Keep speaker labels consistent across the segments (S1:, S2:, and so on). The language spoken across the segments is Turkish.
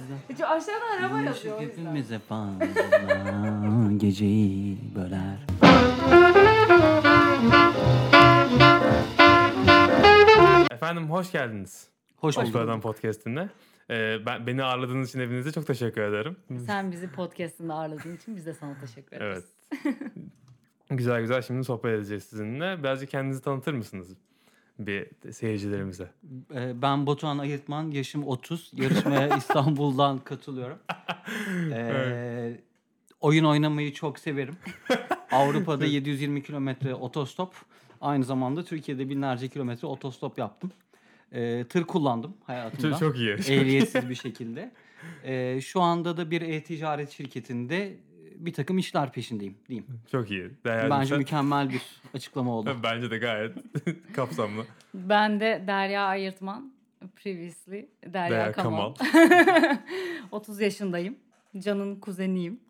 S1: Çünkü aşağıda araba yazıyor o yüzden.
S2: Hepimize fazla geceyi böler.
S3: Efendim hoş geldiniz.
S2: Hoş bulduk.
S3: Okuldan Podcast'ine. Beni ağırladığınız için hepinize çok teşekkür ederim.
S1: Sen bizi podcast'ında ağırladığın için biz de sana teşekkür ederiz.
S3: Evet. Güzel şimdi sohbet edeceğiz sizinle. Birazcık kendinizi tanıtır mısınız bir seyircilerimize?
S2: Ben Batuhan Ayırtman, yaşım 30. Yarışmaya İstanbul'dan katılıyorum. Oyun oynamayı çok severim. Avrupa'da 720 kilometre otostop. Aynı zamanda Türkiye'de binlerce kilometre otostop yaptım. Tır kullandım hayatımda.
S3: Çok iyi.
S2: Ehliyetsiz bir şekilde. Şu anda da bir e-ticaret şirketinde bir takım işler peşindeyim diyeyim.
S3: Çok iyi.
S2: Bence mükemmel bir açıklama oldu.
S3: Bence de gayet kapsamlı.
S1: Ben de Derya Ayırtman. Previously Derya Kamal. 30 yaşındayım. Can'ın kuzeniyim.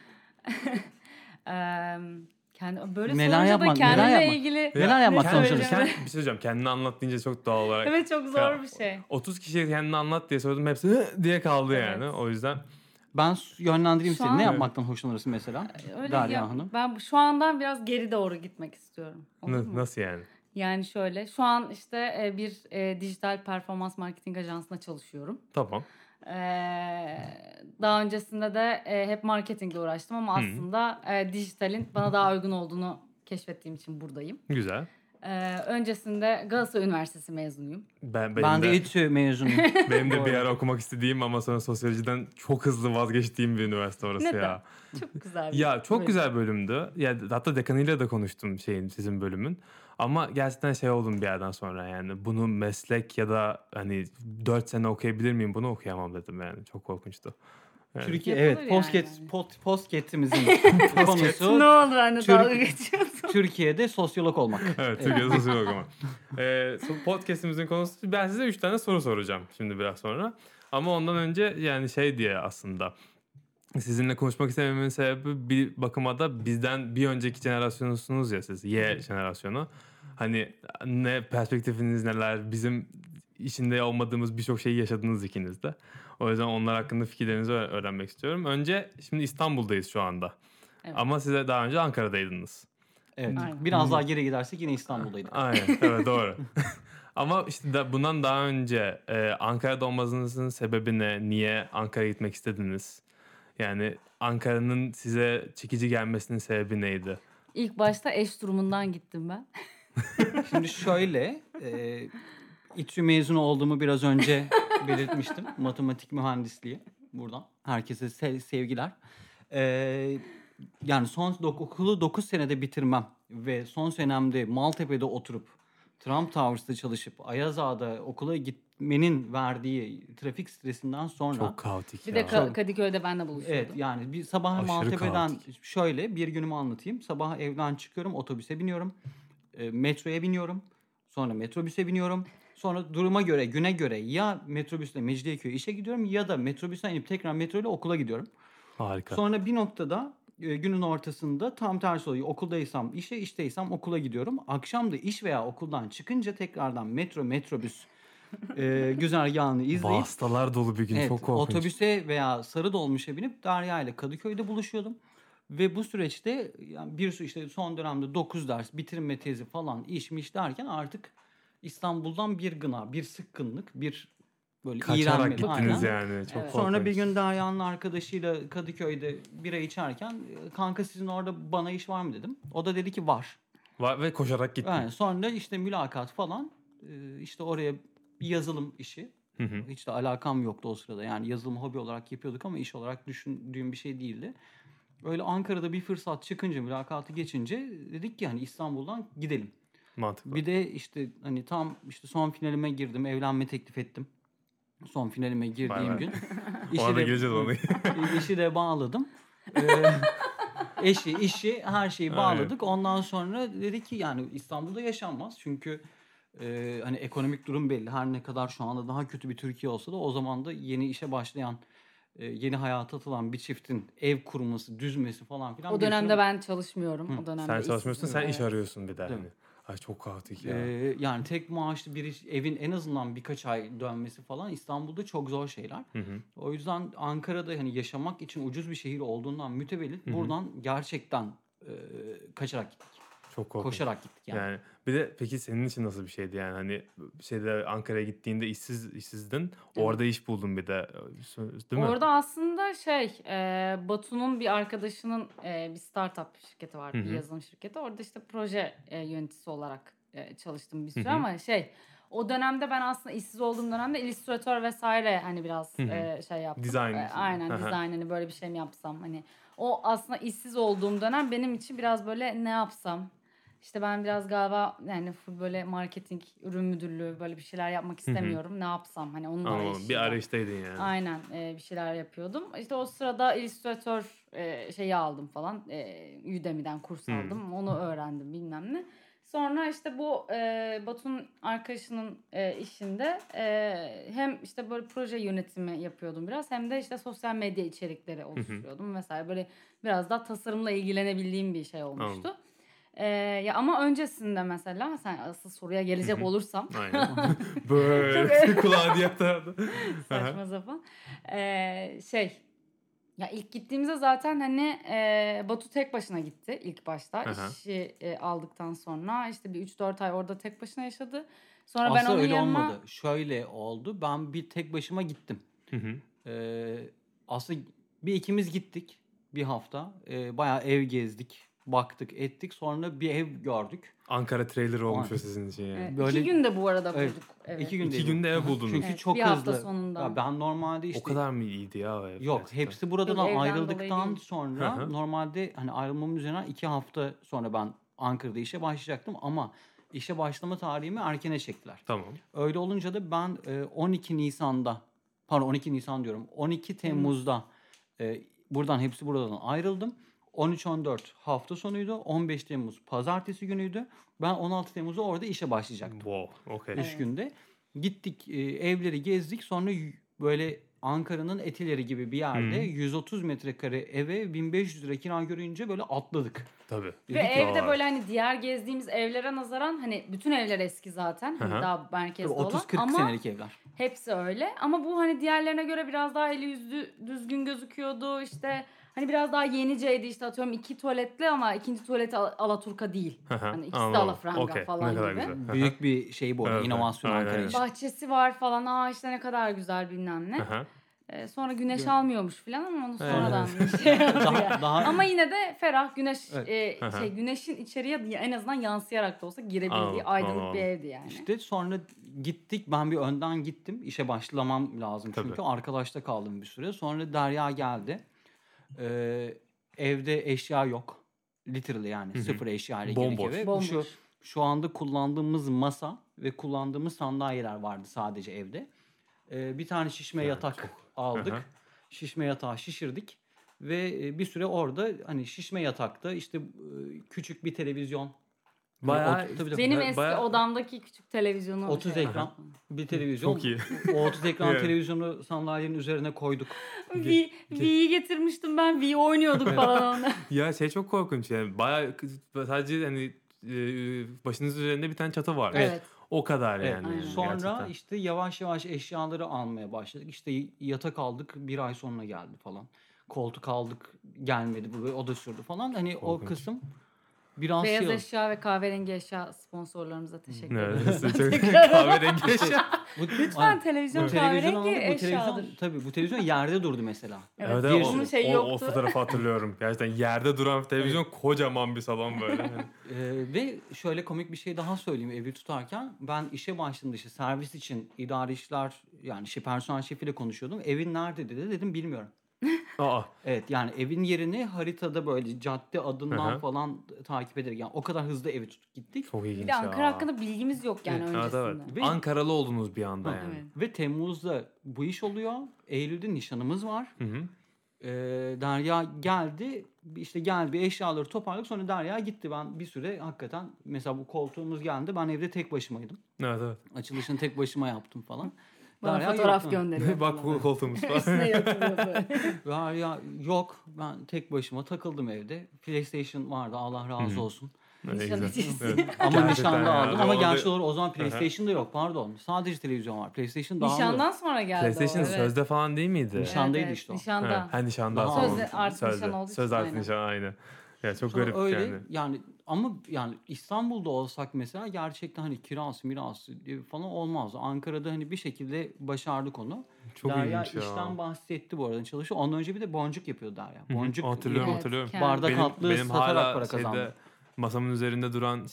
S1: Böyle
S2: Neler
S1: sorunca da kendimle ilgili...
S2: Neler yapmak
S1: söyleyeceğim?
S2: konuşuyoruz?
S3: Bir şey söyleyeceğim. Kendini anlat deyince çok doğal olarak.
S1: Evet, çok zor bir şey.
S3: 30 kişiye kendini anlat diye sordum. Hepsi hı diye kaldı
S1: Evet.
S3: yani. O yüzden...
S2: Ben yönlendireyim
S1: Şu
S2: seni.
S1: an-
S2: Ne yapmaktan hoşlanırsın mesela?
S1: Öyle
S2: Derya
S1: ya,
S2: Hanım.
S1: ben şu andan biraz geri doğru gitmek istiyorum. Olur mu?
S3: Nasıl yani?
S1: Yani şöyle, şu an işte bir dijital performans marketing ajansında çalışıyorum.
S3: Tamam.
S1: Daha öncesinde de hep marketingle uğraştım ama aslında dijitalin bana daha uygun olduğunu keşfettiğim için buradayım.
S3: Güzel.
S1: Öncesinde Galatasaray Üniversitesi mezunuyum.
S2: Ben de İTÜ mezunuyum.
S3: Benim de bir ara okumak istediğim ama sonra sosyolojiden çok hızlı vazgeçtiğim bir üniversite orası.
S1: Neden?
S3: Ya.
S1: Çok güzel bir
S3: Ya çok
S1: bölüm.
S3: güzel bölümdü. Ya hatta dekanıyla da konuştum sizin bölümün. Ama gerçekten oldum bir yerden sonra yani. Bunu meslek ya da hani 4 sene okuyabilir miyim? Bunu okuyamam dedim yani. Çok korkunçtu. Yani.
S2: Türkiye
S1: Yapılır
S2: evet
S1: yani.
S2: Podcast'imizin konusu
S1: Ne oldu benimle dalga geçiyorsun?
S2: Türkiye'de sosyolog olmak.
S3: Evet, Türkiye'de sosyolog ama. Podcast'imizin konusu, ben size 3 tane soru soracağım şimdi biraz sonra. Ama ondan önce yani diye aslında sizinle konuşmak istememin sebebi bir bakıma da bizden bir önceki jenerasyonsunuz ya siz. Y jenerasyonu. Hani ne perspektifiniz neler, bizim içinde olmadığımız birçok şeyi yaşadınız ikiniz de. O yüzden onlar hakkında fikirlerinizi öğrenmek istiyorum. Önce şimdi İstanbul'dayız şu anda.
S1: Evet.
S3: Ama size daha önce Ankara'daydınız.
S2: Evet.
S1: Aynen.
S2: Biraz daha geri gidersek yine İstanbul'daydık.
S3: Aynen, evet doğru. Ama işte bundan daha önce Ankara'da olmanızın sebebi ne? Niye Ankara'ya gitmek istediniz? Yani Ankara'nın size çekici gelmesinin sebebi neydi?
S1: İlk başta eş durumundan gittim ben.
S2: Şimdi şöyle, İTÜ mezunu olduğumu biraz önce belirtmiştim. Matematik mühendisliği buradan. Herkese sevgiler. Yani okulu 9 senede bitirmem ve son senemde Maltepe'de oturup Trump Towers'ta çalışıp Ayaz Ağa'da okula gitmenin verdiği trafik stresinden sonra...
S3: Çok kaotik
S1: Bir
S3: ya.
S1: de Kadıköy'de benle buluşuyordum.
S2: Evet, yani bir sabah
S3: Aşırı
S2: Maltepe'den
S3: kaotik.
S2: şöyle bir günümü anlatayım. Sabah evden çıkıyorum, otobüse biniyorum. Metroya biniyorum. Sonra metrobüse biniyorum. Sonra duruma göre, güne göre ya metrobüsle Mecidiyeköy'e işe gidiyorum ya da metrobüsten inip tekrar metroyla okula gidiyorum.
S3: Harika.
S2: Sonra bir noktada günün ortasında tam tersi oluyor. Okuldaysam işe, işteysem okula gidiyorum. Akşam da iş veya okuldan çıkınca tekrardan metrobüs güzergahını izleyip
S3: Vasıtalar dolu bir gün,
S2: evet,
S3: çok korkunç.
S2: otobüse veya sarı dolmuşa binip Derya ile Kadıköy'de buluşuyordum. Ve bu süreçte yani bir sürü işte son dönemde 9 ders, bitirme tezi falan işmiş derken artık İstanbul'dan bir gına, bir sıkkınlık, bir böyle
S3: Kaçarak
S2: iğrenme.
S3: gittiniz
S2: Aynen.
S3: yani. Çok
S1: Evet.
S3: korkunç.
S2: Sonra bir gün Derya'nın arkadaşıyla Kadıköy'de bira içerken kanka sizin orada bana iş var mı dedim. O da dedi ki var.
S3: Ve koşarak gittin.
S2: Yani sonra işte mülakat falan işte oraya bir yazılım işi.
S3: Hı hı.
S2: Hiç de alakam yoktu o sırada. Yani yazılım hobi olarak yapıyorduk ama iş olarak düşündüğüm bir şey değildi. Öyle Ankara'da bir fırsat çıkınca, mülakatı geçince dedik ki hani İstanbul'dan gidelim.
S3: Mantıklı.
S2: Bir de işte hani tam işte son finalime girdim, evlenme teklif ettim. Son finalime girdiğim
S3: Vay vay.
S2: gün.
S3: Ona da geleceğiz ona.
S2: İşi de bağladım. İşi her şeyi bağladık. Ondan sonra dedi ki yani İstanbul'da yaşanmaz. Çünkü hani ekonomik durum belli. Her ne kadar şu anda daha kötü bir Türkiye olsa da o zaman da yeni işe başlayan, yeni hayata atılan bir çiftin ev kurması, düzmesi falan filan.
S1: O dönemde ben çalışmıyorum. O dönemde
S3: Sen çalışmıyorsun,
S1: işsizim.
S3: sen iş
S1: Evet.
S3: arıyorsun bir de.
S2: Değil
S3: Hani.
S2: mi?
S3: Ay çok kaotik ya.
S2: Yani tek maaşlı bir evin en azından birkaç ay dönmesi falan İstanbul'da çok zor şeyler. O yüzden Ankara'da hani yaşamak için ucuz bir şehir olduğundan mütevellit buradan gerçekten kaçarak gittik.
S3: Çok korkunç.
S2: Koşarak gittik yani.
S3: Yani bir de peki senin için nasıl bir şeydi yani hani Ankara'ya gittiğinde işsizdin. Orada iş buldun bir de değil mi?
S1: Orada aslında Batu'nun bir arkadaşının bir startup şirketi vardı, bir yazılım şirketi. Orada işte proje yöneticisi olarak çalıştım bir süre ama o dönemde ben aslında işsiz olduğum dönemde illüstratör vesaire hani biraz yaptım.
S3: Design.
S1: Aynen design hani böyle bir şey mi yapsam hani o aslında işsiz olduğum dönem benim için biraz böyle ne yapsam. İşte ben biraz galiba yani böyle marketing, ürün müdürlüğü böyle bir şeyler yapmak istemiyorum. Ne yapsam hani onun arayışında.
S3: Bir arayıştaydın yani.
S1: Aynen bir şeyler yapıyordum. İşte o sırada illüstratör aldım falan. Udemy'den kurs aldım. Onu öğrendim bilmem ne. Sonra işte bu Batu'nun arkadaşının işinde hem işte böyle proje yönetimi yapıyordum biraz hem de işte sosyal medya içerikleri oluşturuyordum vesaire. Böyle biraz daha tasarımla ilgilenebildiğim bir şey olmuştu. Ya ama öncesinde mesela sen asıl soruya gelecek olursam.
S3: Aynen. Böyle kulağa diye tarafta.
S1: Saçma sapan. Ya ilk gittiğimizde zaten hani Batu tek başına gitti ilk başta. İşi aldıktan sonra işte bir 3-4 ay orada tek başına yaşadı. Sonra
S2: Aslında
S1: ben onun
S2: öyle
S1: yanına...
S2: olmadı. Şöyle oldu. Ben bir tek başıma gittim. Aslında bir ikimiz gittik bir hafta. Bayağı ev gezdik. Baktık ettik. Sonra bir ev gördük.
S3: Ankara trailer olmuş o sizin için yani.
S1: Böyle... 2 günde bu arada bulduk.
S2: Evet.
S1: Evet.
S2: 2
S3: günde ev buldunuz.
S2: Çünkü çok
S1: bir
S2: hızlı.
S1: hafta sonunda.
S2: Ya ben normalde işte...
S3: O kadar mı iyiydi ya o ev?
S2: Yok
S3: gerçekten?
S2: hepsi buradan
S1: Yok,
S2: ayrıldıktan sonra normalde hani ayrılmamın üzerine 2 hafta sonra ben Ankara'da işe başlayacaktım ama işe başlama tarihimi erkene çektiler.
S3: Tamam.
S2: Öyle olunca da ben 12 Nisan diyorum. 12 Temmuz'da hepsi buradan ayrıldım. 13-14 hafta sonuydu. 15 Temmuz pazartesi günüydü. Ben 16 Temmuz'da orada işe başlayacaktım.
S3: Wow, okay.
S2: 3 günde. Gittik evleri gezdik. Sonra böyle Ankara'nın Etileri gibi bir yerde 130 metrekare eve 1500 lira kira görünce böyle atladık.
S3: Tabii.
S1: Ve evde böyle hani diğer gezdiğimiz evlere nazaran hani bütün evler eski zaten. Hani daha merkezde olan.
S2: 30-40 senelik evler.
S1: Hepsi öyle. Ama bu hani diğerlerine göre biraz daha eli yüzü düzgün gözüküyordu. İşte hani biraz daha yeniceydi işte atıyorum 2 tuvaletli ama ikinci tuvaleti alaturka değil. Hani ikisi de alafranga falan gibi.
S2: Büyük bir şey bu. Evet, inovasyon Ankara için.
S1: Bahçesi var falan. İşte ne kadar güzel bilmem ne. Sonra güneş almıyormuş falan ama onu sonradan ama yine de ferah güneş güneşin içeriye en azından yansıyarak da olsa girebildiği aydınlık bir evdi yani.
S2: İşte sonra gittik. Ben bir önden gittim. İşe başlamam lazım çünkü arkadaşta kaldım bir süre. Sonra Derya geldi. Evde eşya yok. Literally yani sıfır eşya ile girdik eve. Şu anda kullandığımız masa ve kullandığımız sandalyeler vardı sadece evde. Bir tane şişme yatak aldık. Şişme yatağı şişirdik ve bir süre orada hani şişme yatakta işte küçük bir televizyon.
S1: Benim eski odamdaki küçük televizyonu
S2: 30 ekran bir televizyon.
S3: Çok iyi.
S2: O 30 ekran televizyonu sandalyenin üzerine koyduk.
S1: Vi'yi getirmiştim ben. Vi oynuyorduk falan onda.
S3: Ya çok korkunç yani. Bayağı sadece hani başınız üzerinde bir tane çatı var.
S1: Evet.
S3: O kadar yani.
S1: Aynen.
S2: Sonra
S3: gerçekten.
S2: işte yavaş yavaş eşyaları almaya başladık. İşte yatak aldık, bir ay sonra geldi falan. Koltuk aldık, gelmedi. O da sürdü falan. Hani korkunç. O kısım biraz
S1: Beyaz eşya ve kahverengi eşya sponsorlarımıza teşekkür ederim.
S3: Kahverengi eşya.
S1: Lütfen televizyon kahverengi eşyadır.
S2: Tabii bu televizyon yerde durdu mesela.
S1: Evet,
S3: o fotoğrafı hatırlıyorum. Gerçekten yerde duran televizyon kocaman bir salon böyle.
S2: Ve şöyle komik bir şey daha söyleyeyim evi tutarken. Ben işe başladığımda işte servis için idari işler yani personel şefiyle konuşuyordum. Evin nerede dedi dedim bilmiyorum. Evet yani evin yerini haritada böyle cadde adından falan takip ederek yani o kadar hızlı evi tutup gittik.
S3: Çok ilginç
S1: bir de Ankara hakkında bilgimiz yok yani öncesinde.
S3: Evet. Ankaralı oldunuz bir anda yani.
S1: Evet.
S2: Ve Temmuz'da bu iş oluyor. Eylül'de nişanımız var. Derya geldi. İşte geldi eşyaları toparladık. Sonra Derya gitti. Ben bir süre hakikaten mesela bu koltuğumuz geldi. Ben evde tek başımaydım.
S3: Evet.
S2: Açılışını tek başıma yaptım falan.
S1: Bana fotoğraf gönderiyor.
S3: Bak bu koltuğumuz falan.
S1: Üstüne yatırıyor böyle.
S2: Derya yok. Ben tek başıma takıldım evde. PlayStation vardı. Allah razı olsun.
S1: Nişan hediyesi.
S2: Ama
S3: Gerçekten
S2: nişanda
S3: ya.
S2: aldım ama
S3: Orada-
S2: gerçi o zaman PlayStation'da yok, pardon. Sadece televizyon var. PlayStation daha
S1: Nişandan sonra geldi
S3: PlayStation
S1: o. Evet.
S3: sözde falan değil miydi?
S2: Nişandaydı işte o.
S1: Nişanda.
S3: Ha, nişandan
S2: Daha
S3: sonra.
S1: Sözde artı nişan olduğu için.
S3: Söz artı
S1: aynen.
S3: nişan aynı. Ya çok
S2: Sonra
S3: garip
S2: öyle
S3: yani.
S2: yani ama yani İstanbul'da olsak mesela gerçekten hani kirası mirası falan olmazdı. Ankara'da hani bir şekilde başardık onu.
S3: Çok
S2: Derya
S3: ilginç ya.
S2: işten bahsetti bu arada çalışıyor. Ondan önce bir de boncuk yapıyordu Derya. Boncuk
S3: Hatırlıyorum
S1: Evet,
S3: hatırlıyorum.
S1: kendi-
S2: bardak altlığı
S3: Benim
S2: satarak
S3: hala
S2: para
S3: şeyde
S2: kazandı.
S3: masamın üzerinde duran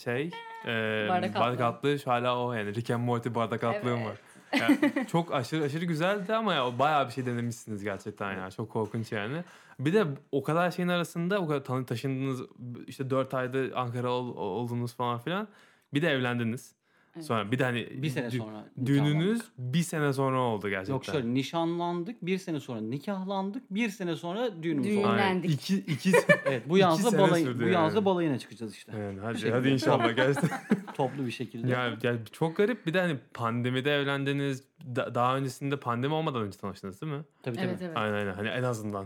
S1: Bardak
S3: bardak
S1: altlığı.
S3: altlığı şu hala o yani Rick and Morty bardak altlığım
S1: Evet.
S3: var. Yani çok aşırı güzeldi ama ya bayağı bir şey denemişsiniz gerçekten ya. Çok korkunç yani. Bir de o kadar şeyin arasında o kadar taşındınız işte 4 ayda Ankara oldunuz falan filan. Bir de evlendiniz.
S1: Evet.
S3: Sonra bir de hani
S2: Bir sene sonra
S3: düğününüz
S2: nikahlandık.
S3: bir sene sonra oldu gerçekten.
S2: Yok şöyle nişanlandık, bir sene sonra nikahlandık, bir sene sonra düğünümüz
S1: Düğün.
S2: oldu.
S3: Aynen.
S1: Evlendik.
S3: İki
S2: Evet, bu yazda
S3: sene sürdü
S2: bu
S3: yani.
S2: yazda balayına çıkacağız işte.
S3: yani
S2: şekilde.
S3: hadi inşallah gerçekten.
S2: Toplu bir şekilde.
S3: Ya çok garip bir de hani pandemide evlendiniz. Daha öncesinde pandemi olmadan önce tanıştınız değil mi?
S2: Tabii.
S1: Evet.
S3: Aynen hani en azından.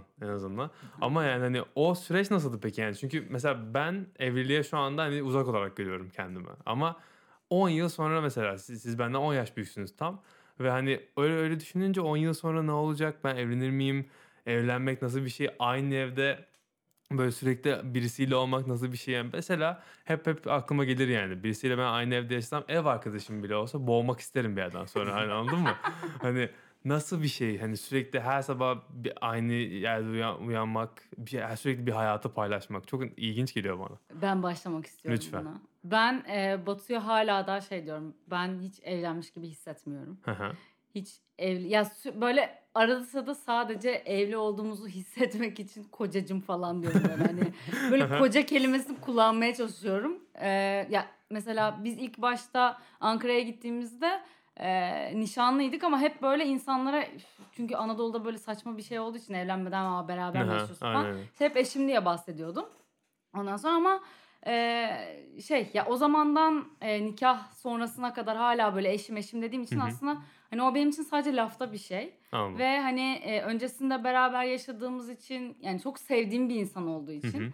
S3: Ama yani hani o süreç nasıldı peki yani? Çünkü mesela ben evliliğe şu anda hani uzak olarak görüyorum kendimi. Ama 10 yıl sonra mesela siz benden 10 yaş büyüksünüz tam. Ve hani öyle düşününce 10 yıl sonra ne olacak? Ben evlenir miyim? Evlenmek nasıl bir şey? Aynı evde böyle sürekli birisiyle olmak nasıl bir şey? Yani mesela hep aklıma gelir yani. Birisiyle ben aynı evde yaşasam ev arkadaşım bile olsa boğmak isterim bir yerden sonra. Hani anladın mı? Hani nasıl bir şey? Hani sürekli her sabah aynı yerde uyanmak, sürekli bir hayatı paylaşmak. Çok ilginç geliyor bana.
S1: Ben başlamak istiyorum
S3: Lütfen.
S1: buna. Ben Batu'ya hala da şey diyorum. Ben hiç evlenmiş gibi hissetmiyorum.
S3: Hı hı.
S1: Hiç evli ya böyle arada sırada sadece evli olduğumuzu hissetmek için kocacım falan diyorum böyle hani böyle koca kelimesini kullanmaya çalışıyorum. Ya mesela biz ilk başta Ankara'ya gittiğimizde nişanlıydık ama hep böyle insanlara çünkü Anadolu'da böyle saçma bir şey olduğu için evlenmeden beraber mi
S3: Aha,
S1: yaşıyorsun falan.
S3: aynen.
S1: İşte hep eşim diye bahsediyordum. Ondan sonra ama ya o zamandan nikah sonrasına kadar hala böyle eşim dediğim için aslında hani o benim için sadece lafta bir şey.
S3: Anladım.
S1: Ve hani öncesinde beraber yaşadığımız için yani çok sevdiğim bir insan olduğu için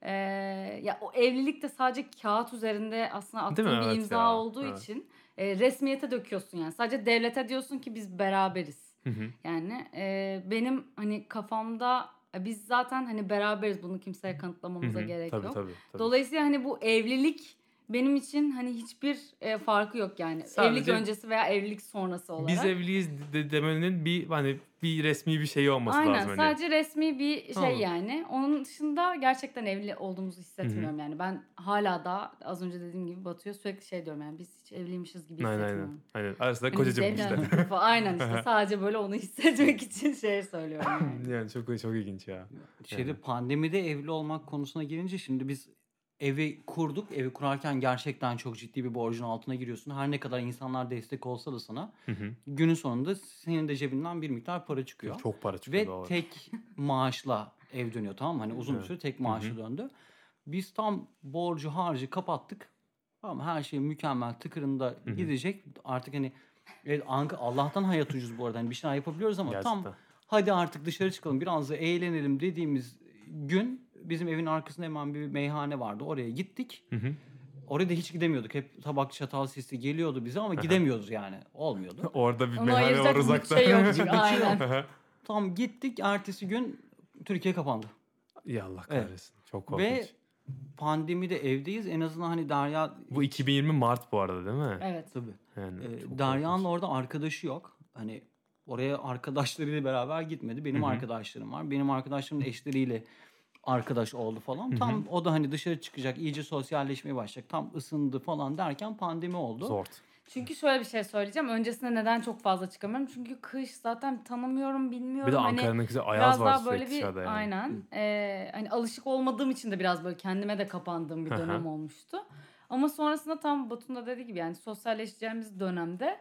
S1: ya o evlilik de sadece kağıt üzerinde aslında
S3: Değil mi?
S1: attığın bir
S3: Evet
S1: imza
S3: ya.
S1: olduğu
S3: Evet.
S1: için resmiyete döküyorsun yani. Sadece devlete diyorsun ki biz beraberiz.
S3: Hı hı.
S1: Yani benim hani kafamda biz zaten hani beraberiz, bunu kimseye kanıtlamamıza gerek
S3: Tabii,
S1: yok.
S3: tabii.
S1: Dolayısıyla hani bu evlilik benim için hani hiçbir farkı yok yani.
S3: Sadece
S1: evlilik öncesi veya evlilik sonrası olarak.
S3: Biz evliyiz demenin bir resmi bir şeyi olması
S1: Aynen,
S3: lazım. Hani.
S1: sadece resmi bir şey
S3: Tamam.
S1: yani. Onun dışında gerçekten evli olduğumuzu hissetmiyorum yani. Ben hala da az önce dediğim gibi Batu'ya sürekli şey diyorum yani biz hiç evliymişiz gibi hissetmiyorum.
S3: Aynen. Arasında
S1: Hani
S3: kocacığım
S1: biz
S3: işte.
S1: evlendik falan. Aynen işte sadece böyle onu hissetmek için şey söylüyorum yani.
S3: Yani çok ilginç ya.
S2: Şeyde pandemide evli olmak konusuna gelince şimdi biz evi kurduk. Evi kurarken gerçekten çok ciddi bir borcun altına giriyorsun. Her ne kadar insanlar destek olsa da sana günün sonunda senin de cebinden bir miktar para çıkıyor.
S3: Çok para çıkıyor.
S2: Ve
S3: doğru.
S2: tek maaşla ev dönüyor, tamam mı? Hani uzun bir süre tek maaşla döndü. Biz tam borcu harcı kapattık. Tamam, her şey mükemmel tıkırında gidecek. Artık hani evet, Allah'tan hayat ucuz bu arada. Hani bir şeyler yapabiliyoruz ama
S3: Gerçekten.
S2: tam hadi artık dışarı çıkalım biraz da eğlenelim dediğimiz gün bizim evin arkasında hemen bir meyhane vardı. Oraya gittik. Oraya da hiç gidemiyorduk. Hep tabak çatal sesi geliyordu bize ama gidemiyoruz yani. Olmuyordu.
S3: Orada bir
S1: Onu
S3: meyhane var
S1: ayıracak
S3: uzakta.
S1: bütçe yok. Aynen.
S2: Tam gittik, ertesi gün Türkiye kapandı.
S3: Ya Allah kahretsin. Çok korkunç.
S2: Ve pandemide evdeyiz. En azından hani Derya...
S3: Bu 2020 Mart bu arada değil mi?
S1: Evet.
S2: Tabii.
S3: Yani çok
S2: Derya'nın orada arkadaşı yok. Hani oraya arkadaşlarıyla beraber gitmedi. Benim arkadaşlarım var. Benim arkadaşlarımın eşleriyle arkadaş oldu falan. Tam o da hani dışarı çıkacak, iyice sosyalleşmeye başlayacak. Tam ısındı falan derken pandemi oldu.
S3: Zor.
S1: Çünkü şöyle bir şey söyleyeceğim. Öncesinde neden çok fazla çıkamıyorum? Çünkü kış zaten tanımıyorum, bilmiyorum.
S3: Bir de
S1: Hani
S3: Ankara'nın kızı ayaz
S1: biraz
S3: var
S1: daha böyle
S3: sürekli
S1: bir
S3: dışarıda yani.
S1: aynen. Hani alışık olmadığım için de biraz böyle kendime de kapandığım bir dönem olmuştu. Ama sonrasında tam Batu'nun da dediği gibi yani sosyalleşeceğimiz dönemde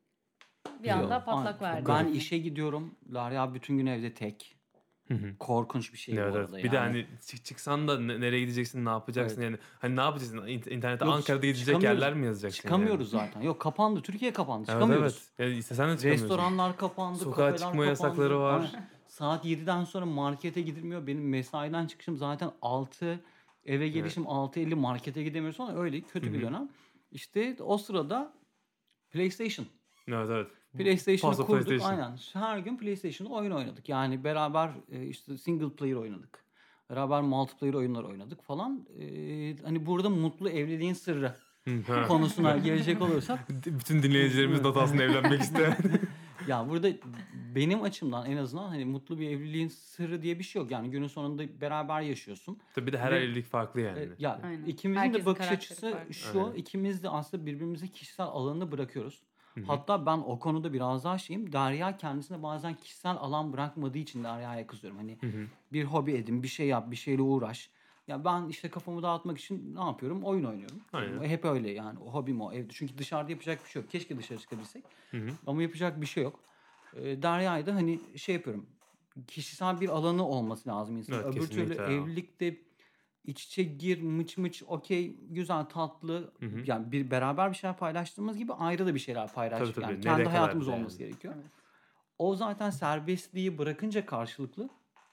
S1: bir anda patlak verdi.
S2: Ben
S1: yani.
S2: işe gidiyorum. Derya bütün gün evde tek. Korkunç bir şey
S3: Evet,
S2: bu
S3: evet.
S2: arada
S3: Bir
S2: yani.
S3: de hani çıksan da nereye gideceksin, ne yapacaksın
S2: Evet.
S3: yani. Hani ne yapacaksın? İnternette
S2: Yok,
S3: Ankara'da gidecek
S2: çıkamıyoruz.
S3: yerler mi yazacaksın?
S2: Çıkamıyoruz zaten. Yok, kapandı. Türkiye kapandı.
S3: Evet,
S2: Çıkamıyoruz.
S3: evet. Yani istesen de çıkamıyorsun.
S2: Restoranlar kapandı.
S3: Sokağa
S2: kafeler
S3: çıkma
S2: kapandı.
S3: yasakları var.
S2: Aynen. Saat 7'den sonra markete gidilmiyor. Benim mesaiden çıkışım zaten 6 Eve gelişim 6:50, markete gidemiyorsun falan, öyle kötü bir dönem. İşte o sırada PlayStation.
S3: Evet.
S2: PlayStation'ı
S3: Fazla
S2: kurduk.
S3: PlayStation.
S2: Aynen. Her gün PlayStation'da oyun oynadık. Yani beraber işte single player oynadık. Beraber multiplayer oyunlar oynadık falan. Hani burada mutlu evliliğin sırrı konusuna gelecek olursak.
S3: Bütün dinleyicilerimiz not alsın evlenmek isteyen.
S2: Ya burada benim açımdan en azından hani mutlu bir evliliğin sırrı diye bir şey yok. Yani günün sonunda beraber yaşıyorsun.
S3: Tabii bir de her
S2: Ve-
S3: evlilik farklı yani.
S2: Ya
S1: Aynen.
S2: ikimizin de
S1: Herkesin
S2: bakış
S1: karakteri
S2: açısı
S1: farklı.
S2: şu.
S3: Aynen.
S2: İkimiz de aslında birbirimize kişisel alanını bırakıyoruz.
S3: Hı hı.
S2: Hatta ben o konuda biraz daha şeyim. Derya kendisine bazen kişisel alan bırakmadığı için Derya'ya kızıyorum. Hani bir hobi edin, bir şey yap, bir şeyle uğraş. Ya ben işte kafamı dağıtmak için ne yapıyorum? Oyun oynuyorum.
S3: Aynen.
S2: Hep öyle yani. O hobim o evde. Çünkü dışarıda yapacak bir şey yok. Keşke dışarı çıkabilsek. Ama yapacak bir şey yok. Derya'yı da hani şey yapıyorum. Kişisel bir alanı olması lazım insanın.
S3: Evet,
S2: Öbür türlü
S3: kesinlikle.
S2: evlilikte iç içe gir, mıç mıç, okey, güzel, tatlı. Yani bir beraber bir şeyler paylaştığımız gibi ayrı da bir şeyler paylaştık.
S3: Tabii.
S2: Yani
S3: Nereye
S2: kendi
S3: kadar
S2: hayatımız
S3: yani.
S2: olması gerekiyor. O zaten serbestliği bırakınca karşılıklı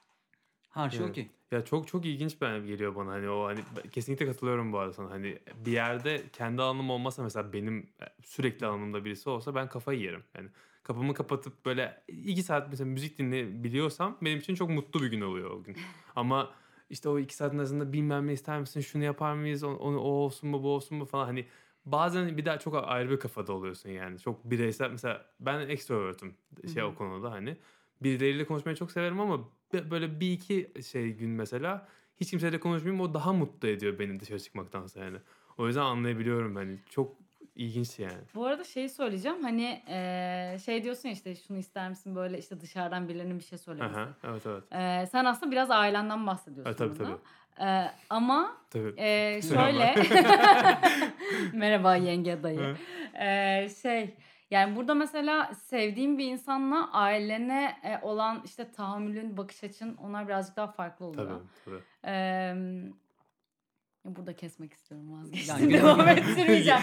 S2: her şey
S3: Evet.
S2: okey.
S3: Ya çok ilginç geliyor bana hani o hani kesinlikle katılıyorum bu arada sana. Hani bir yerde kendi alanım olmasa mesela benim sürekli alanımda birisi olsa ben kafayı yerim. Yani kapımı kapatıp böyle 2 saat mesela müzik dinleyebiliyorsam benim için çok mutlu bir gün oluyor o gün. Ama işte o 2 saatin arasında bilmem ne ister misin, şunu yapar mıyız, o olsun mu, bu olsun mu falan, hani bazen bir daha çok ayrı bir kafada oluyorsun yani. Çok bireysel, mesela ben extrovert'üm o konuda, hani birileriyle konuşmayı çok severim ama böyle bir iki gün mesela hiç kimseyle konuşmayayım, o daha mutlu ediyor beni dışarı çıkmaktansa yani. O yüzden anlayabiliyorum, hani çok ilginç yani.
S1: Bu arada şey söyleyeceğim, hani şey diyorsun ya, işte şunu ister misin, böyle işte dışarıdan birilerinin bir şey söylemesi.
S3: Aha, evet.
S1: Sen aslında biraz ailenden bahsediyorsun
S3: Tabii.
S1: burada. Ama
S3: Tabii.
S1: şöyle merhaba yenge dayı. Yani burada mesela sevdiğin bir insanla ailene olan işte tahammülün, bakış açın, onlar birazcık daha farklı oluyor.
S3: Tabii.
S1: Burada kesmek istiyorum,
S2: Yani
S1: vazgeçtim. Devam ettirmeyeceğim.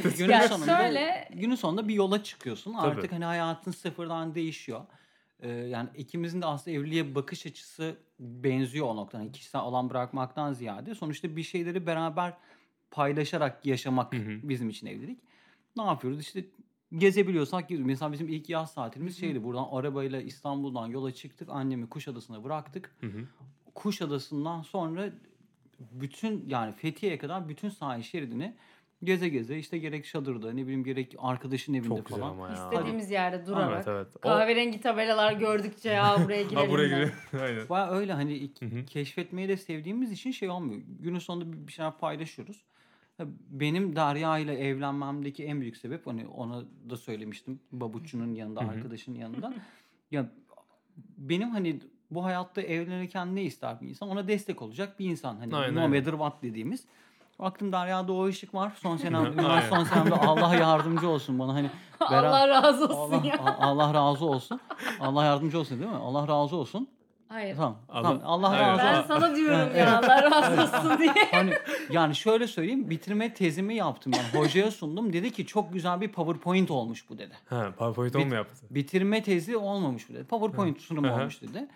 S2: Günün sonunda bir yola çıkıyorsun.
S3: Tabii.
S2: Artık hani hayatın sıfırdan değişiyor. Yani ikimizin de aslında evliliğe bakış açısı benziyor o noktada. Yani kişisel alan bırakmaktan ziyade sonuçta bir şeyleri beraber paylaşarak yaşamak bizim için evlilik. Ne yapıyoruz? İşte gezebiliyorsak geziyoruz. Mesela bizim ilk yaz tatilimiz şeydi. Buradan arabayla İstanbul'dan yola çıktık. Annemi Kuşadası'na bıraktık. Kuşadası'ndan sonra bütün, yani Fethiye'ye kadar bütün sahil şeridini geze geze, işte gerek çadırda, ne bileyim, gerek arkadaşın evinde
S3: Çok güzel
S2: falan.
S3: ama ya.
S1: İstediğimiz yerde durarak.
S3: Evet.
S1: Kahverengi tabelalar gördükçe ya buraya girelim.
S3: Buraya
S1: ben.
S3: girelim. Aynen.
S2: Baya öyle hani keşfetmeyi de sevdiğimiz için şey olmuyor. Günün sonunda bir şeyler paylaşıyoruz. Benim Derya ile evlenmemdeki en büyük sebep, hani ona da söylemiştim, babutçunun yanında, arkadaşının yanında. Ya benim hani bu hayatta evlenirken ne ister bir insan? Ona destek olacak bir insan. Hani
S3: Aynen,
S2: no
S3: aynen.
S2: matter what dediğimiz. Baktım Derya'da o ışık var. Son senemde Allah yardımcı olsun bana. Hani
S1: Allah razı olsun ya.
S2: Allah razı olsun. Allah yardımcı olsun, değil mi? Allah razı olsun.
S1: Hayır.
S2: Tamam.
S3: Allah-
S2: Allah
S3: Hayır.
S2: razı
S1: Ben
S2: olsun.
S1: sana diyorum ya, Allah razı olsun diye.
S2: Hani yani şöyle söyleyeyim, bitirme tezimi yaptım ben. Hocaya sundum. Dedi ki çok güzel bir PowerPoint olmuş bu, dedi.
S3: PowerPoint mu yaptı?
S2: Bitirme tezi olmamış bu, dedi. PowerPoint sunumu
S3: Aha.
S2: olmuş, dedi.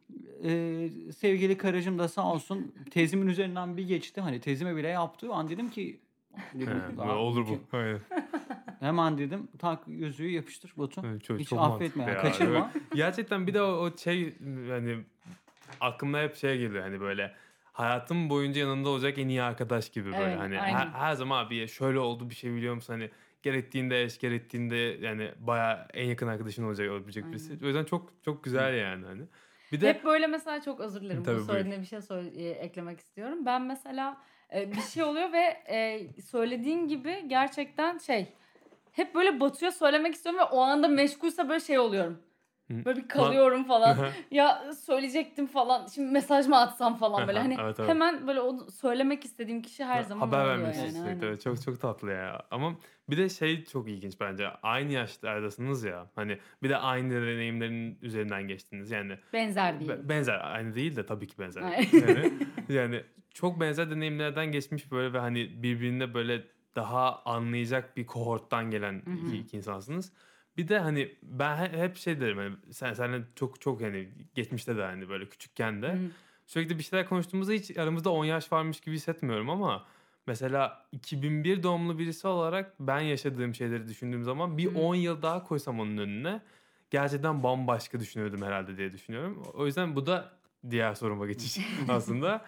S2: Sevgili karıcığım da sağ olsun tezimin üzerinden bir geçti. Hani tezime bile yaptı. An dedim ki
S3: Olur bu. Aynen.
S2: hemen dedim, tak yüzüğü yapıştır Batu. Hiç
S3: Çok
S2: affetme
S3: mantıklı
S2: ya, kaçırma.
S3: Evet. Gerçekten bir de o hani aklımda hep geliyor, hani böyle hayatım boyunca yanında olacak en iyi arkadaş gibi böyle,
S1: Evet,
S3: hani
S1: aynen.
S3: her zaman abi şöyle oldu, bir şey biliyor musun, hani gerektiğinde gerektiğinde yani bayağı en yakın arkadaşın olabilecek birisi. O yüzden çok güzel yani hani. Bir de
S1: Hep böyle mesela, çok özür dilerim.
S3: Tabii,
S1: Bu söylediğine bir şey eklemek istiyorum. Ben mesela bir şey oluyor ve söylediğin gibi gerçekten hep böyle Batu'ya söylemek istiyorum ve o anda meşgulse böyle şey oluyorum. Böyle bir kalıyorum falan. Ya söyleyecektim falan. Şimdi mesaj mı atsam falan böyle. Hani
S3: Evet.
S1: hemen böyle onu söylemek istediğim kişi her zaman
S3: haber
S1: oluyor
S3: vermek
S1: yani.
S3: istedik.
S1: Aynen.
S3: Evet, çok tatlı ya. Ama bir de çok ilginç bence. Aynı yaşlardasınız ya. Hani bir de aynı deneyimlerin üzerinden geçtiniz. Yani
S1: Benzer değil.
S3: benzer, aynı değil de tabii ki benzer.
S1: Aynen.
S3: Yani çok benzer deneyimlerden geçmiş böyle ve hani birbirine böyle daha anlayacak bir kohorttan gelen iki insansınız. Bir de hani ben hep derim, hani senle çok hani geçmişte de hani böyle küçükken de sürekli bir şeyler konuştuğumuzda hiç aramızda 10 yaş varmış gibi hissetmiyorum ama mesela 2001 doğumlu birisi olarak ben yaşadığım şeyleri düşündüğüm zaman bir 10 yıl daha koysam onun önüne gerçekten bambaşka düşünürdüm herhalde diye düşünüyorum. O yüzden bu da diğer soruma geçiş aslında.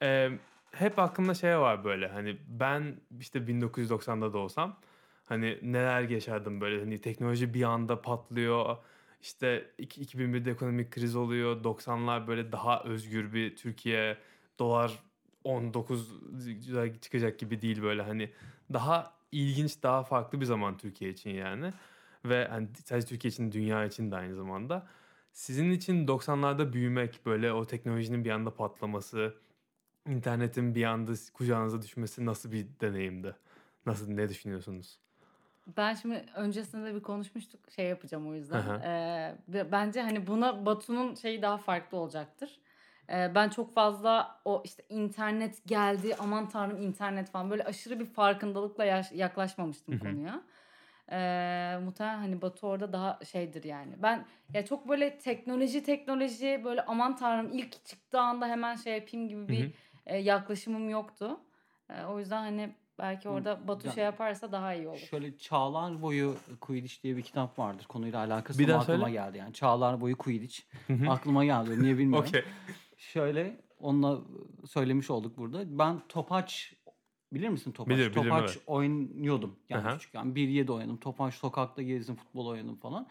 S3: Hep aklımda şey var böyle hani ben işte 1990'da da olsam hani neler yaşardım böyle hani teknoloji bir anda patlıyor. İşte 2001'de ekonomik kriz oluyor. 90'lar böyle daha özgür bir Türkiye. Dolar 19 çıkacak gibi değil böyle hani daha ilginç, daha farklı bir zaman Türkiye için yani. Ve hani sadece Türkiye için, dünya için de aynı zamanda. Sizin için 90'larda büyümek, böyle o teknolojinin bir anda patlaması, internetin bir anda kucağınıza düşmesi nasıl bir deneyimdi? Nasıl, ne düşünüyorsunuz?
S1: Ben şimdi öncesinde bir konuşmuştuk, şey yapacağım o yüzden.
S3: Aha.
S1: Bence hani buna Batu'nun şeyi daha farklı olacaktır. Ben çok fazla o işte internet geldi, aman tanrım internet falan, böyle aşırı bir farkındalıkla yaklaşmamıştım konuya. Muhtemelen hani Batu orada daha şeydir yani. Ben ya çok böyle teknoloji böyle aman tanrım ilk çıktığı anda hemen şey yapayım gibi bir yaklaşımım yoktu. O yüzden hani belki orada Batu şey yaparsa daha iyi olur.
S2: Şöyle Çağlar Boyu Quidditch diye bir kitap vardır. Konuyla alakası
S3: Bir
S2: ama
S3: daha
S2: aklıma
S3: söyle.
S2: geldi. Yani Çağlar Boyu Quidditch. Aklıma geldi. Niye bilmiyorum.
S3: Okey.
S2: Şöyle onunla söylemiş olduk burada. Ben topaç, bilir misin topaç?
S3: Bilirim,
S2: Topaç
S3: evet.
S2: oynuyordum. Yani
S3: Aha.
S2: küçükken 1-7 oynadım. Topaç, sokakta gezdim, futbol oynadım falan.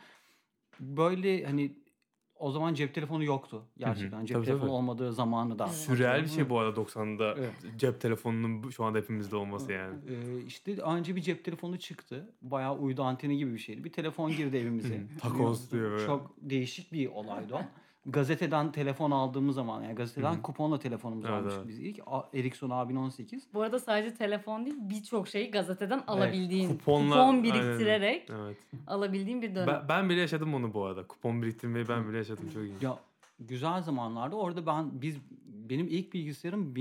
S2: Böyle hani o zaman cep telefonu yoktu. Gerçekten cep
S3: Tabii,
S2: telefonu
S3: tabii.
S2: olmadığı zamanı da.
S3: Sürreal bir şey bu arada 90'da
S2: Evet.
S3: cep telefonunun şu anda hepimizde olması yani.
S2: İşte önce bir cep telefonu çıktı. Bayağı uydu anteni gibi bir şeydi. Bir telefon girdi evimize.
S3: Takoz diyor böyle.
S2: Çok değişik bir olaydı o. Gazeteden telefon aldığımız zaman, yani gazeteden kuponla telefonumuzu
S3: Evet,
S2: almıştık
S3: evet.
S2: biz ilk. Ericsson A1018.
S1: Bu arada sadece telefon değil, birçok şeyi gazeteden alabildiğin,
S3: Kuponla,
S1: kupon biriktirerek
S3: Evet.
S1: alabildiğin bir dönem.
S3: Ben bile yaşadım onu bu arada. Kupon biriktirmeyi ben bile yaşadım, çok iyi.
S2: Ya güzel zamanlarda orada benim ilk bilgisayarım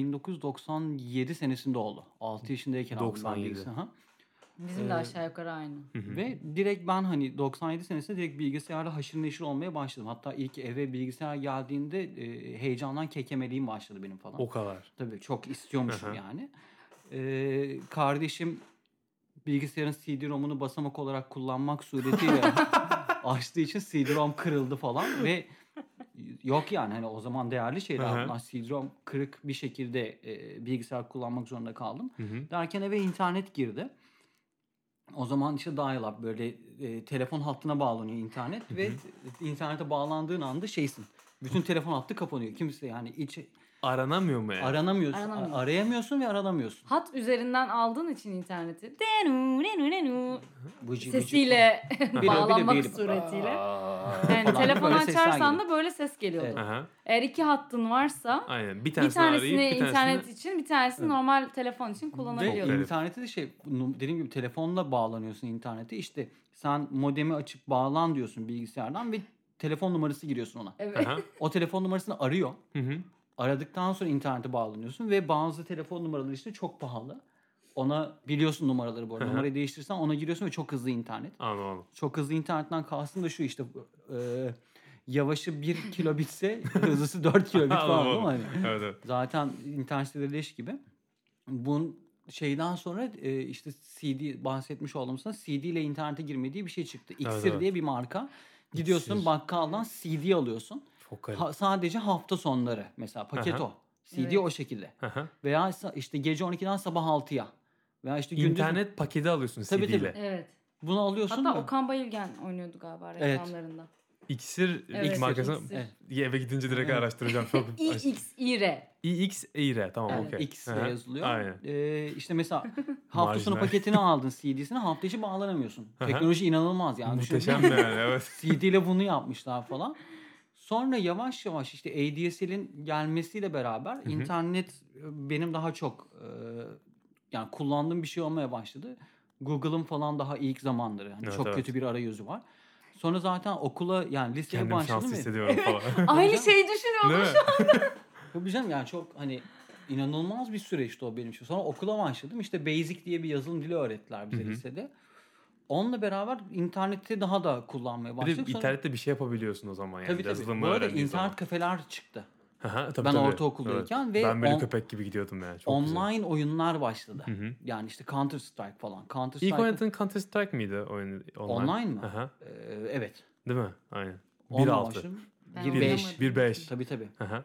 S2: 1997 senesinde oldu. 6 yaşındayken aldım ben
S3: 97.
S2: bilgisayarı.
S1: Bizim de aşağı yukarı aynı.
S2: Ve direkt ben hani 97 senesinde direkt bilgisayarla haşır neşir olmaya başladım. Hatta ilk eve bilgisayar geldiğinde heyecandan kekemeliğim başladı benim falan.
S3: O kadar.
S2: Tabii çok istiyormuşum yani. Kardeşim bilgisayarın CD-ROM'unu basamak olarak kullanmak suretiyle açtığı için CD-ROM kırıldı falan ve yok yani hani o zaman değerli şeyler bunlar. CD-ROM kırık bir şekilde bilgisayar kullanmak zorunda kaldım. Derken eve internet girdi. O zaman işte dial-up böyle telefon hattına bağlanıyor internet ve internete bağlandığın anda şeysin. Bütün telefon hattı kapanıyor. Kimse yani
S3: Aranamıyor mu yani?
S2: aranamıyorsun. Arayamıyorsun ve aranamıyorsun.
S1: Hat üzerinden aldığın için interneti
S2: Bıcı,
S1: sesiyle bağlanmak
S2: biri.
S1: suretiyle. Yani
S2: Falan
S1: telefonu
S2: böyle sesler
S1: açarsan
S2: geliyor.
S1: da böyle ses geliyordu.
S3: Aha.
S1: Eğer iki hattın varsa
S3: Aynen. Bir
S1: bir
S3: tanesini
S1: tanesini
S3: arayıp bir
S1: internet
S3: tanesini...
S1: için, bir tanesini normal telefon için
S2: Ve
S1: kullanabiliyordun.
S2: internette de dediğim gibi telefonla bağlanıyorsun internete. İşte sen modemi açıp bağlan diyorsun bilgisayardan ve telefon numarası giriyorsun ona.
S1: Evet.
S3: Aha.
S2: O telefon numarasını arıyor.
S3: Hı.
S2: Aradıktan sonra internete bağlanıyorsun ve bazı telefon numaraları işte çok pahalı. Ona biliyorsun numaraları bu arada. Numarayı değiştirirsen ona giriyorsun ve çok hızlı internet.
S3: Anladım.
S2: Çok hızlı internetten kastım da şu işte yavaşı 1 kilobitse hızlısı 4 kilobit falan değil mi? Hani
S3: Evet.
S2: zaten internet siteleri leş gibi. Bunun şeyden sonra işte CD bahsetmiş olduğumuzda CD ile internete girme diye bir şey çıktı. İksir diye bir marka. Gidiyorsun
S3: İksir.
S2: bakkaldan CD alıyorsun.
S3: Çok garip.
S2: Sadece hafta sonları mesela paket o. CD
S1: Evet.
S2: o şekilde.
S3: Aha.
S2: Veya işte gece 12'den sabah 6'ya. Veya işte gündüz
S3: İnternet paketi alıyorsun
S2: Tabii,
S3: CD ile.
S1: Evet.
S2: bunu alıyorsun.
S1: Hatta
S2: da-
S1: Okan Bayülgen oynuyordu galiba reklamlarında.
S3: İksir
S1: Evet,
S3: ilk markasını
S1: İksir.
S3: eve gidince direkt araştıracağım. Çok
S1: İXİR.
S3: iXİR tamam
S2: Evet,
S3: okey.
S2: X ile
S3: Aha.
S2: yazılıyor.
S3: Aynen.
S2: İşte mesela hafta sonu
S3: Marjinal.
S2: paketini aldın CD'sini, hafta içi bağlanamıyorsun.
S3: Aha.
S2: Teknoloji inanılmaz yani.
S3: Muhteşem yani evet.
S2: CD ile bunu yapmışlar falan. Sonra yavaş yavaş işte ADSL'in gelmesiyle beraber internet benim daha çok yani kullandığım bir şey olmaya başladı. Google'ın falan daha ilk zamanları. Yani
S3: Evet,
S2: çok
S3: evet.
S2: kötü bir arayüzü var. Sonra zaten okula yani liseye
S3: Kendimi
S2: başladım.
S3: şanslı hissediyorum falan.
S1: Aynı şeyi düşünüyordum.
S3: Değil mi?
S2: Tabii canım yani çok hani inanılmaz bir süreçti o benim için. Sonra okula başladım. İşte Basic diye bir yazılım dili öğrettiler bize lisede. Onunla beraber interneti daha da kullanmaya
S3: Bir
S2: başladık.
S3: de internette bir şey yapabiliyorsun o zaman yani.
S2: Tabii.
S3: Yazılımı
S2: Bu arada
S3: öğrendiğin
S2: internet
S3: zaman.
S2: kafeler çıktı.
S3: Tabii,
S2: Ben
S3: tabii.
S2: ortaokuldayken
S3: Evet.
S2: ve
S3: Ben böyle köpek gibi gidiyordum yani. Çok güzel.
S2: online oyunlar başladı.
S3: Hı hı.
S2: Yani işte Counter Strike falan. Counter
S3: İlk
S2: Strike
S3: oynadığın Counter Strike miydi oyun online?
S2: online mı?
S3: Aha.
S2: Evet.
S3: Değil mi? Aynen.
S2: Onunla
S3: 1.6.
S2: başladım.
S1: Ben
S2: 1.5.
S1: oynamadım.
S3: 1.5.
S2: Tabii tabii.
S3: Aha.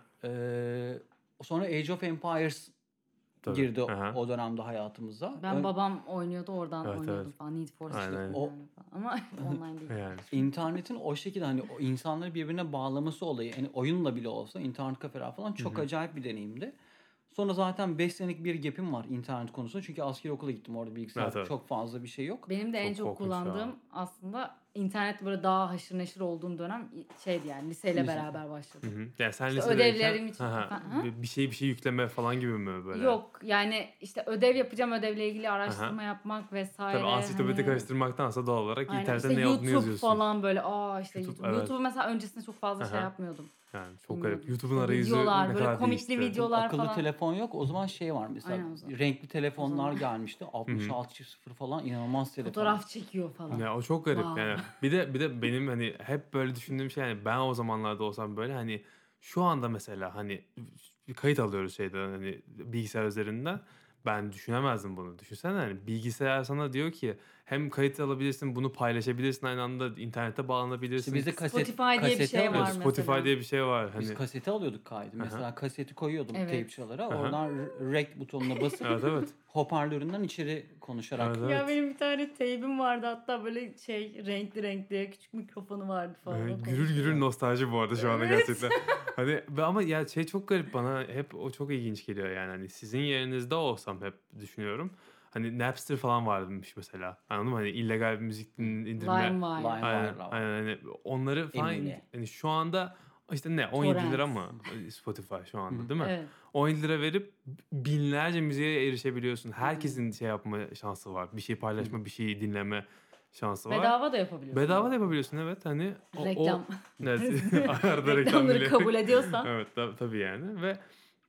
S2: Sonra Age of Empires
S3: Tabii.
S2: girdi
S3: Aha.
S2: o dönemde hayatımıza.
S1: Ben babam oynuyordu oradan
S3: Evet,
S1: oynuyordum
S3: evet.
S1: falan. Need for
S3: Aynen.
S1: Speed
S2: O-
S1: falan. Ama online değil.
S3: Yani.
S2: İnternetin o şekilde hani o insanları birbirine bağlaması olayı, yani oyunla bile olsa internet kafeler falan çok acayip bir deneyimdi. Sonra zaten 5 senelik bir gap'im var internet konusunda. Çünkü askeri okula gittim, orada bilgisayar
S3: Evet, evet.
S2: çok fazla bir şey yok.
S1: Benim de en
S3: Çok
S1: çok
S3: korkunç ya.
S1: kullandığım aslında internet böyle daha haşır neşir olduğum dönem şeydi yani liseyle
S2: Lise.
S1: beraber başladı.
S3: Hı hı. Yani sen
S1: İşte
S3: lisedeyken
S1: ödevlerim için-
S3: aha,
S1: Ha?
S3: bir şey yükleme falan gibi mi böyle?
S1: Yok yani işte ödev yapacağım, ödevle ilgili araştırma yapmak vesaire.
S3: Tabii ansiklopedi
S1: hani-
S3: karıştırmaktansa doğal olarak
S1: Aynen,
S3: internetten
S1: işte
S3: ne olduğunu
S1: YouTube
S3: yazıyorsun.
S1: falan böyle işte
S3: YouTube,
S1: YouTube.
S3: evet.
S1: YouTube'u mesela öncesinde çok fazla şey
S3: Aha.
S1: yapmıyordum.
S3: Yani çok
S1: Bilmiyordum.
S3: garip. YouTube'un
S1: İşte
S3: arayüzü
S1: videolar,
S3: ne
S1: böyle
S3: kadar
S1: komikli
S3: değişti.
S1: videolar
S2: Akıllı
S1: falan.
S2: telefon yok. O zaman şey var mesela.
S1: Aynen o zaman.
S2: Renkli telefonlar
S1: zaman.
S2: gelmişti. 6600 falan, inanılmaz telefon.
S1: Fotoğraf çekiyor falan.
S3: Ya o çok garip
S1: Wow.
S3: yani. Bir de benim hani hep böyle düşündüğüm şey, yani ben o zamanlarda olsam böyle hani şu anda mesela hani bir kayıt alıyoruz şeyden, hani bilgisayar üzerinden. Ben düşünemezdim bunu. Düşünsene, hani bilgisayar sana diyor ki hem kayıt alabilirsin, bunu paylaşabilirsin, aynı anda internete bağlanabilirsin.
S2: İşte bizde
S1: Spotify diye bir
S2: kaseti
S1: şey var
S2: alıyorduk.
S1: mesela.
S3: Spotify diye bir şey var.
S2: Biz
S3: Hani
S2: kaseti alıyorduk kaydı. Mesela kaseti koyuyordum
S1: Evet.
S2: teypçalara. Oradan rec butonuna basıp
S3: evet evet.
S2: hoparlöründen içeri konuşarak.
S3: Evet,
S1: Ya
S3: evet.
S1: benim bir tane teybim vardı, hatta böyle renkli renkli küçük mikrofonu vardı falan. O
S3: Gürül
S1: konuşuyor.
S3: gürül nostalji bu arada şu anda
S1: Evet.
S3: gerçekten. Hani ama ya şey çok garip, bana hep o çok ilginç geliyor yani. Hani sizin yerinizde olsam hep düşünüyorum. Hani Napster falan varmış mesela. Anladın mı? Hani illegal bir müzik indirme.
S1: LimeWire.
S3: Aynen,
S2: LimeWire'la var.
S3: aynen hani onları falan
S2: Emule.
S3: hani şu anda işte ne 17
S1: Torrent.
S3: lira mı Spotify şu anda, değil mi?
S1: Evet.
S3: 17 lira verip binlerce müziğe erişebiliyorsun. Herkesin şey yapma şansı var. Bir şey paylaşma, bir şey dinleme şansı var.
S1: Bedava da yapabiliyorsun.
S3: Bedava da yapabiliyorsun, evet. Hani
S1: Reklam.
S3: evet. Arada reklam
S1: Reklamları
S3: bile.
S1: kabul ediyorsan.
S3: Evet tabii yani, ve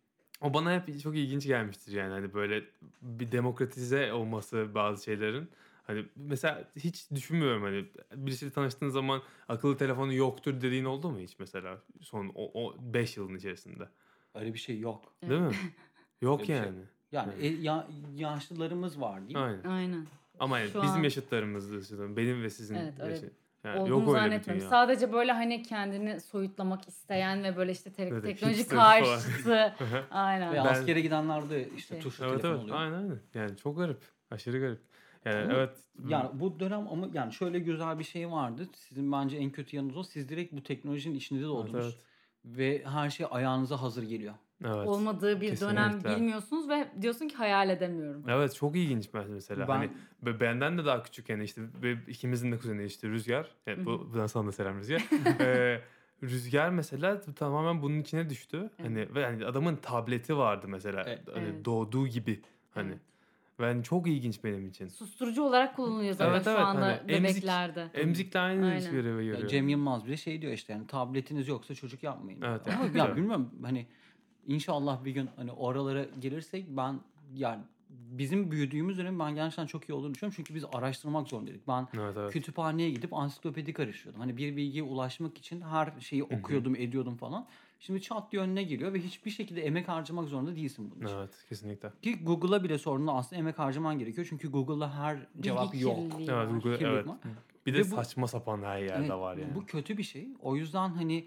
S3: o bana hep çok ilginç gelmiştir yani, hani böyle bir demokratize olması bazı şeylerin. Hani mesela hiç düşünmüyorum, hani birisiyle tanıştığın zaman akıllı telefonu yoktur dediğin oldu mu hiç mesela son o 5 yılın içerisinde?
S2: Öyle bir şey yok.
S3: Değil mi? Yok
S2: Öyle bir şey
S3: yani.
S2: Yani yaşlılarımız var değil mi?
S3: Aynen.
S1: Aynen.
S3: Ama yani
S1: Şu
S3: bizim
S1: an-
S3: yaşıtlarımızda, benim ve sizin
S1: Evet, öyle
S3: yani
S1: olduğunu
S3: yok öyle bir
S1: zannetmiyorum.
S3: dünya.
S1: Sadece böyle hani kendini soyutlamak isteyen ve böyle işte
S3: Evet,
S1: teknoloji
S3: hipster falan.
S1: karşıtı. Aynen.
S2: Ve askere gidenler de işte
S1: Şey.
S2: tuşlu
S3: Evet
S2: telefon
S3: evet,
S2: oluyor.
S3: aynen. Yani çok garip. Aşırı garip. Yani
S2: Ama
S3: evet.
S2: Yani bu dönem ama yani şöyle güzel bir şey vardı. Sizin bence en kötü yanınız o. Siz direkt bu teknolojinin içinde doğdunuz.
S3: Evet,
S2: Ve her şey ayağınıza hazır geliyor.
S3: evet.
S1: Olmadığı bir dönem
S3: Kesinlikle.
S1: bilmiyorsunuz ve diyorsun ki hayal edemiyorum.
S3: Evet, çok ilginç mesela.
S2: Ben-
S3: Hani benden de daha küçük yani, işte ikimizin de kuzeni işte Rüzgar. Evet, buradan sana da selam Rüzgar. Rüzgar mesela tamamen bunun içine düştü. Hani ve hani adamın tableti vardı mesela. Hani
S1: Evet.
S3: doğduğu gibi hani.
S1: Evet.
S3: Ben çok ilginç benim için.
S1: Susturucu olarak kullanılıyor zaten
S3: Evet,
S1: şu
S3: evet,
S1: anda
S3: hani
S1: bebeklerde.
S3: Emzikle aynı
S1: Aynen.
S3: iş görevi görüyor.
S2: Ya Cem Yılmaz bile şey diyor işte, yani tabletiniz yoksa çocuk yapmayın.
S3: Evet,
S2: Ama
S3: evet.
S2: ya
S3: Evet.
S2: bilmiyorum, hani inşallah bir gün hani oralara gelirsek, ben yani bizim büyüdüğümüz dönem ben gerçekten çok iyi olduğunu düşünüyorum. Çünkü biz araştırmak zorundaydık. Ben
S3: Evet, evet.
S2: kütüphaneye gidip ansiklopedi karıştırıyordum. Hani bir bilgiye ulaşmak için her şeyi okuyordum, ediyordum falan. Şimdi çat diye önüne geliyor ve hiçbir şekilde emek harcamak zorunda değilsin bunun için.
S3: Evet, kesinlikle.
S2: Ki Google'a bile sorduğunda aslında emek harcaman gerekiyor. Çünkü Google'da her cevap
S1: Bilgi
S2: yok.
S1: kirliliği
S3: Evet,
S1: var.
S3: Google,
S2: Kirlilik
S3: evet.
S2: var.
S3: Bir de
S2: Ve bu-
S3: saçma sapan her yerde
S2: Evet,
S3: var yani.
S2: bu kötü bir şey. O yüzden hani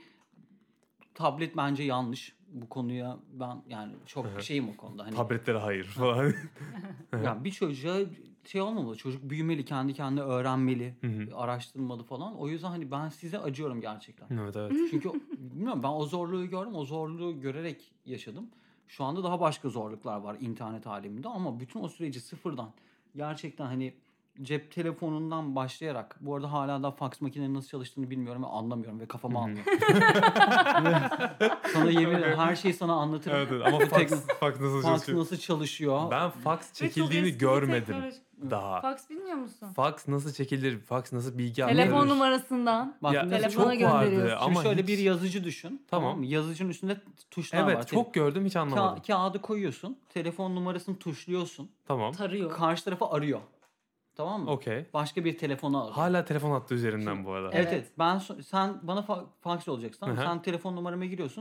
S2: tablet bence yanlış. Bu konuya ben yani çok şeyim o konuda. Hani
S3: Tabletlere hayır falan.
S2: yani bir çocuğa şey olmamalı. Çocuk büyümeli, kendi kendine öğrenmeli, araştırmalı falan. O yüzden hani ben size acıyorum gerçekten.
S3: Evet evet.
S2: Çünkü bilmiyorum, ben o zorluğu gördüm. O zorluğu görerek yaşadım. Şu anda daha başka zorluklar var internet aleminde, ama bütün o süreci sıfırdan gerçekten hani cep telefonundan başlayarak, bu arada hala da fax makinenin nasıl çalıştığını bilmiyorum ve anlamıyorum ve kafama almıyor. Sana yemin ederim her şeyi sana anlatırım.
S3: Evet, evet. Ama fax nasıl
S2: Fax
S3: çalışıyor?
S2: nasıl çalışıyor?
S3: Ben fax
S1: Ve çok
S3: çekildiğini
S1: eski bir
S3: görmedim
S1: teknoloji.
S3: daha.
S1: Fax bilmiyor musun?
S3: Fax nasıl çekilir? Fax nasıl bilgi
S1: Telefon
S3: aktarır?
S1: numarasından
S2: Bak,
S3: Ya,
S2: mesela
S1: telefona
S3: çok vardı
S1: gönderiyorsun.
S2: Şimdi
S3: ama
S2: şöyle
S3: hiç...
S2: bir yazıcı düşün.
S3: Tamam.
S2: Mı? Yazıcının üstünde tuşlar var.
S3: Evet, çok gördüm, hiç anlamadım.
S2: Kağıdı koyuyorsun. Telefon numarasını tuşluyorsun.
S3: Tamam.
S1: Tarıyor.
S2: Karşı tarafı arıyor. Tamam mı?
S3: Okey.
S2: Başka bir telefona alıyor.
S3: Hala telefon hattı üzerinden bu arada.
S2: Evet
S1: Evet.
S2: evet. Sen bana fax olacaksın. Tamam mı?
S3: Hı hı.
S2: Sen telefon numaramı giriyorsun.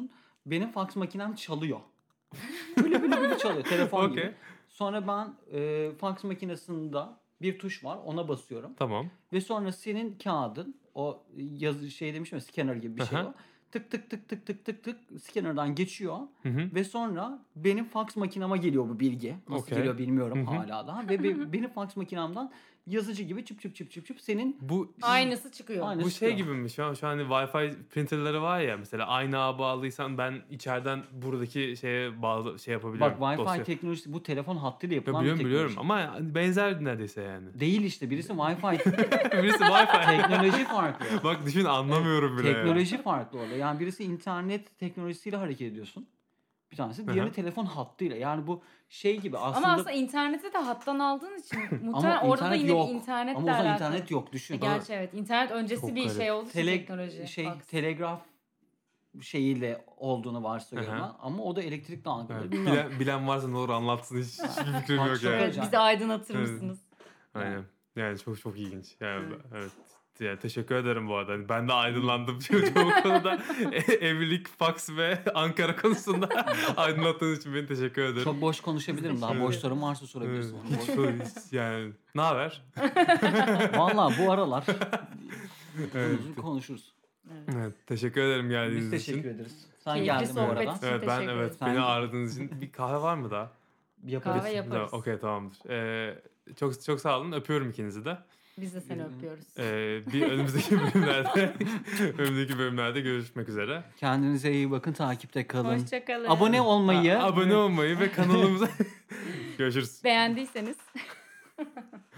S2: benim faks makinem çalıyor. Böyle çalıyor telefon gibi. Sonra ben faks makinesinde bir tuş var, ona basıyorum.
S3: Tamam.
S2: Ve sonra senin kağıdın, o yazı şey demiştim ya, scanner gibi bir şey o. Tık tık tık tık tık tık tık scanner'dan geçiyor. Ve sonra benim faks makinama geliyor bu bilgi. Nasıl geliyor bilmiyorum hala da. Ve benim faks makinamdan yazıcı gibi çıp çıp çıp çıp çıp senin
S3: Bu
S1: aynısı çıkıyor.
S3: Bu şey gibi mi şu an hani Wi-Fi printerları var ya, mesela aynı ağa bağlıysan ben içeriden buradaki şeye bağlı şey yapabiliyorum.
S2: Bak Wi-Fi teknolojisi bu telefon hattıyla yapılan
S3: biliyorum,
S2: bir teknoloji.
S3: Biliyorum ama benzer neredeyse yani.
S2: Değil işte, birisi Wi-Fi.
S3: Birisi Wi-Fi.
S2: Teknoloji farklı.
S3: Bak düşün, anlamıyorum bile.
S2: Teknoloji farklı orada. Yani birisi internet teknolojisiyle hareket ediyorsun. Bir tanesi diğeri telefon hattıyla. Yani bu şey gibi aslında.
S1: Ama aslında interneti de hattan aldığın için muhtemelen orada da yine
S2: yok.
S1: internetle
S2: ama o zaman
S1: alakalı.
S2: internet yok, düşün.
S1: Gerçi evet, internet öncesi
S3: Çok
S1: bir
S3: garip.
S1: şey olduğu için teknoloji.
S2: Telegraf şeyiyle olduğunu varsayıyorum ben. Ama o da elektrikle alakalı.
S3: Evet. Bilen varsa ne olur anlatsın, hiçbir fikrim yok yani.
S1: Evet, bizi aydınlatır mısınız?
S3: Aynen. Yani çok ilginç. Yani evet. Yani teşekkür ederim bu arada. Yani ben de aydınlandım bu konuda. Evlilik, faks ve Ankara konusunda aydınlattığın için beni teşekkür ederim.
S2: Çok boş konuşabilirim. Daha boş sorun varsa sorabilirsin.
S3: Hiç yani. Ne haber?
S2: Vallahi bu aralar konuşuruz.
S3: Evet, teşekkür ederim geldiğiniz için.
S2: Biz teşekkür ederiz. Sen
S1: Keyifli
S2: geldin bu arada.
S3: Evet, beni aradığınız için. Bir kahve var mı daha?
S1: Yaparız. Kahve yaparız.
S3: Okey, tamamdır. Çok sağ olun. Öpüyorum ikinizi de.
S1: Biz de seni öpüyoruz.
S3: Bir önümüzdeki bölümlerde görüşmek üzere.
S2: Kendinize iyi bakın, takipte kalın.
S1: Hoşçakalın.
S2: Abone olmayı
S3: ve kanalımıza görüşürüz.
S1: Beğendiyseniz